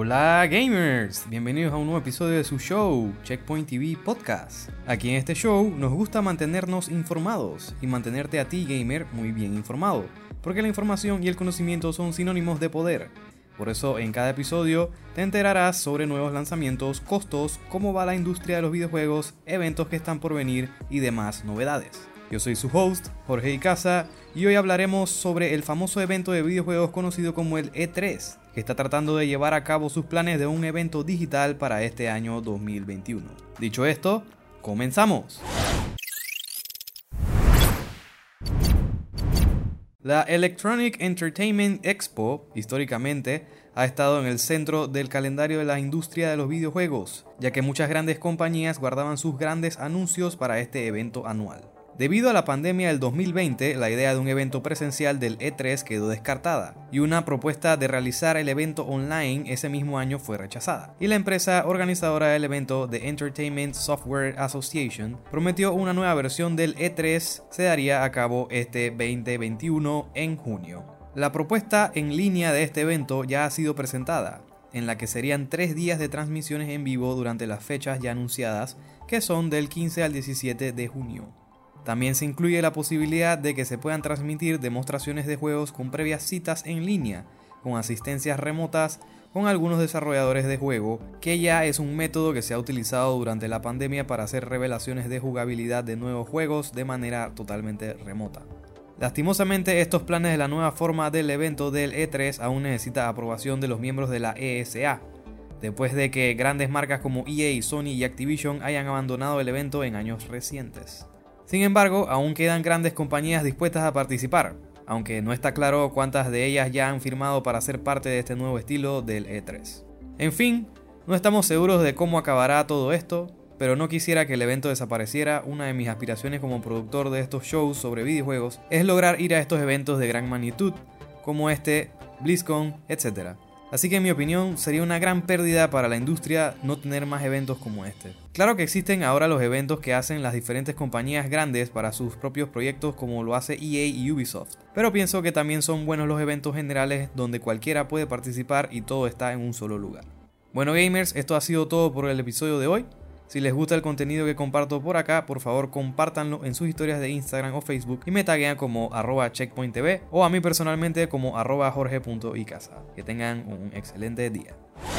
Hola gamers, bienvenidos a un nuevo episodio de su show, Checkpoint TV Podcast. Aquí en este show nos gusta mantenernos informados y mantenerte a ti gamer muy bien informado, porque la información y el conocimiento son sinónimos de poder. Por eso en cada episodio te enterarás sobre nuevos lanzamientos, costos, cómo va la industria de los videojuegos, eventos que están por venir y demás novedades. Yo soy su host, Jorge Icaza, y hoy hablaremos sobre el famoso evento de videojuegos conocido como el E3, que está tratando de llevar a cabo sus planes de un evento digital para este año 2021. Dicho esto, comenzamos. La Electronic Entertainment Expo, históricamente, ha estado en el centro del calendario de la industria de los videojuegos, ya que muchas grandes compañías guardaban sus grandes anuncios para este evento anual. Debido a la pandemia del 2020, la idea de un evento presencial del E3 quedó descartada, y una propuesta de realizar el evento online ese mismo año fue rechazada. Y la empresa organizadora del evento, The Entertainment Software Association, prometió una nueva versión del E3 se daría a cabo este 2021 en junio. La propuesta en línea de este evento ya ha sido presentada, en la que serían 3 días de transmisiones en vivo durante las fechas ya anunciadas, que son del 15 al 17 de junio. También se incluye la posibilidad de que se puedan transmitir demostraciones de juegos con previas citas en línea, con asistencias remotas con algunos desarrolladores de juego, que ya es un método que se ha utilizado durante la pandemia para hacer revelaciones de jugabilidad de nuevos juegos de manera totalmente remota. Lastimosamente, estos planes de la nueva forma del evento del E3 aún necesita aprobación de los miembros de la ESA, después de que grandes marcas como EA, Sony y Activision hayan abandonado el evento en años recientes. Sin embargo, aún quedan grandes compañías dispuestas a participar, aunque no está claro cuántas de ellas ya han firmado para ser parte de este nuevo estilo del E3. En fin, no estamos seguros de cómo acabará todo esto, pero no quisiera que el evento desapareciera. Una de mis aspiraciones como productor de estos shows sobre videojuegos es lograr ir a estos eventos de gran magnitud, como este, BlizzCon, etc. Así que en mi opinión sería una gran pérdida para la industria no tener más eventos como este. Claro que existen ahora los eventos que hacen las diferentes compañías grandes para sus propios proyectos, como lo hace EA y Ubisoft, pero pienso que también son buenos los eventos generales donde cualquiera puede participar y todo está en un solo lugar. Bueno gamers, esto ha sido todo por el episodio de hoy. Si les gusta el contenido que comparto por acá, por favor compártanlo en sus historias de Instagram o Facebook y me taguean como @checkpointtv o a mí personalmente como @jorge.icaza. Que tengan un excelente día.